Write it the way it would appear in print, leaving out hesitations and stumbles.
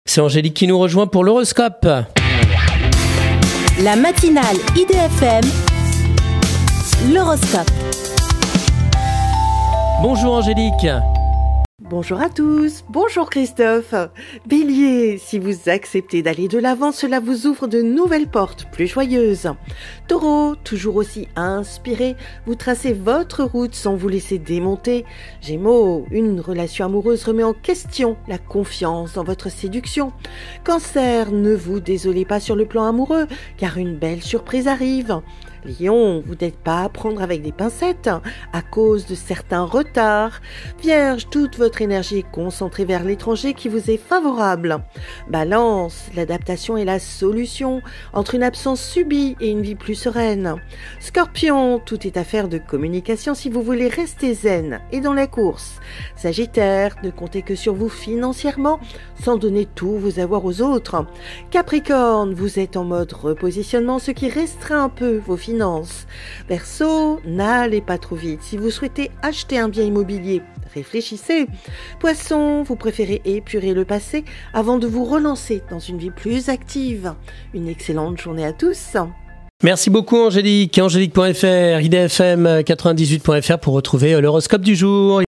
C'est Angélique qui nous rejoint pour l'horoscope. La matinale IDFM, l'horoscope. Bonjour Angélique. Bonjour à tous, bonjour Christophe. Bélier, si vous acceptez d'aller de l'avant, cela vous ouvre de nouvelles portes plus joyeuses. Taureau, toujours aussi inspiré, vous tracez votre route sans vous laisser démonter. Gémeaux, une relation amoureuse remet en question la confiance dans votre séduction. Cancer, ne vous désolez pas sur le plan amoureux, car une belle surprise arrive. Lion, vous n'êtes pas à prendre avec des pincettes à cause de certains retards. Vierge, toute votre énergie est concentrée vers l'étranger qui vous est favorable. Balance, l'adaptation est la solution entre une absence subie et une vie plus sereine. Scorpion, tout est affaire de communication si vous voulez rester zen et dans la course. Sagittaire, ne comptez que sur vous financièrement sans donner tous vos avoirs aux autres. Capricorne, vous êtes en mode repositionnement, ce qui restreint un peu vos finances. Verseau, n'allez pas trop vite. Si vous souhaitez acheter un bien immobilier, réfléchissez. Poisson, vous préférez épurer le passé avant de vous relancer dans une vie plus active. Une excellente journée à tous. Merci beaucoup Angélique. Angélique.fr, idfm98.fr pour retrouver l'horoscope du jour.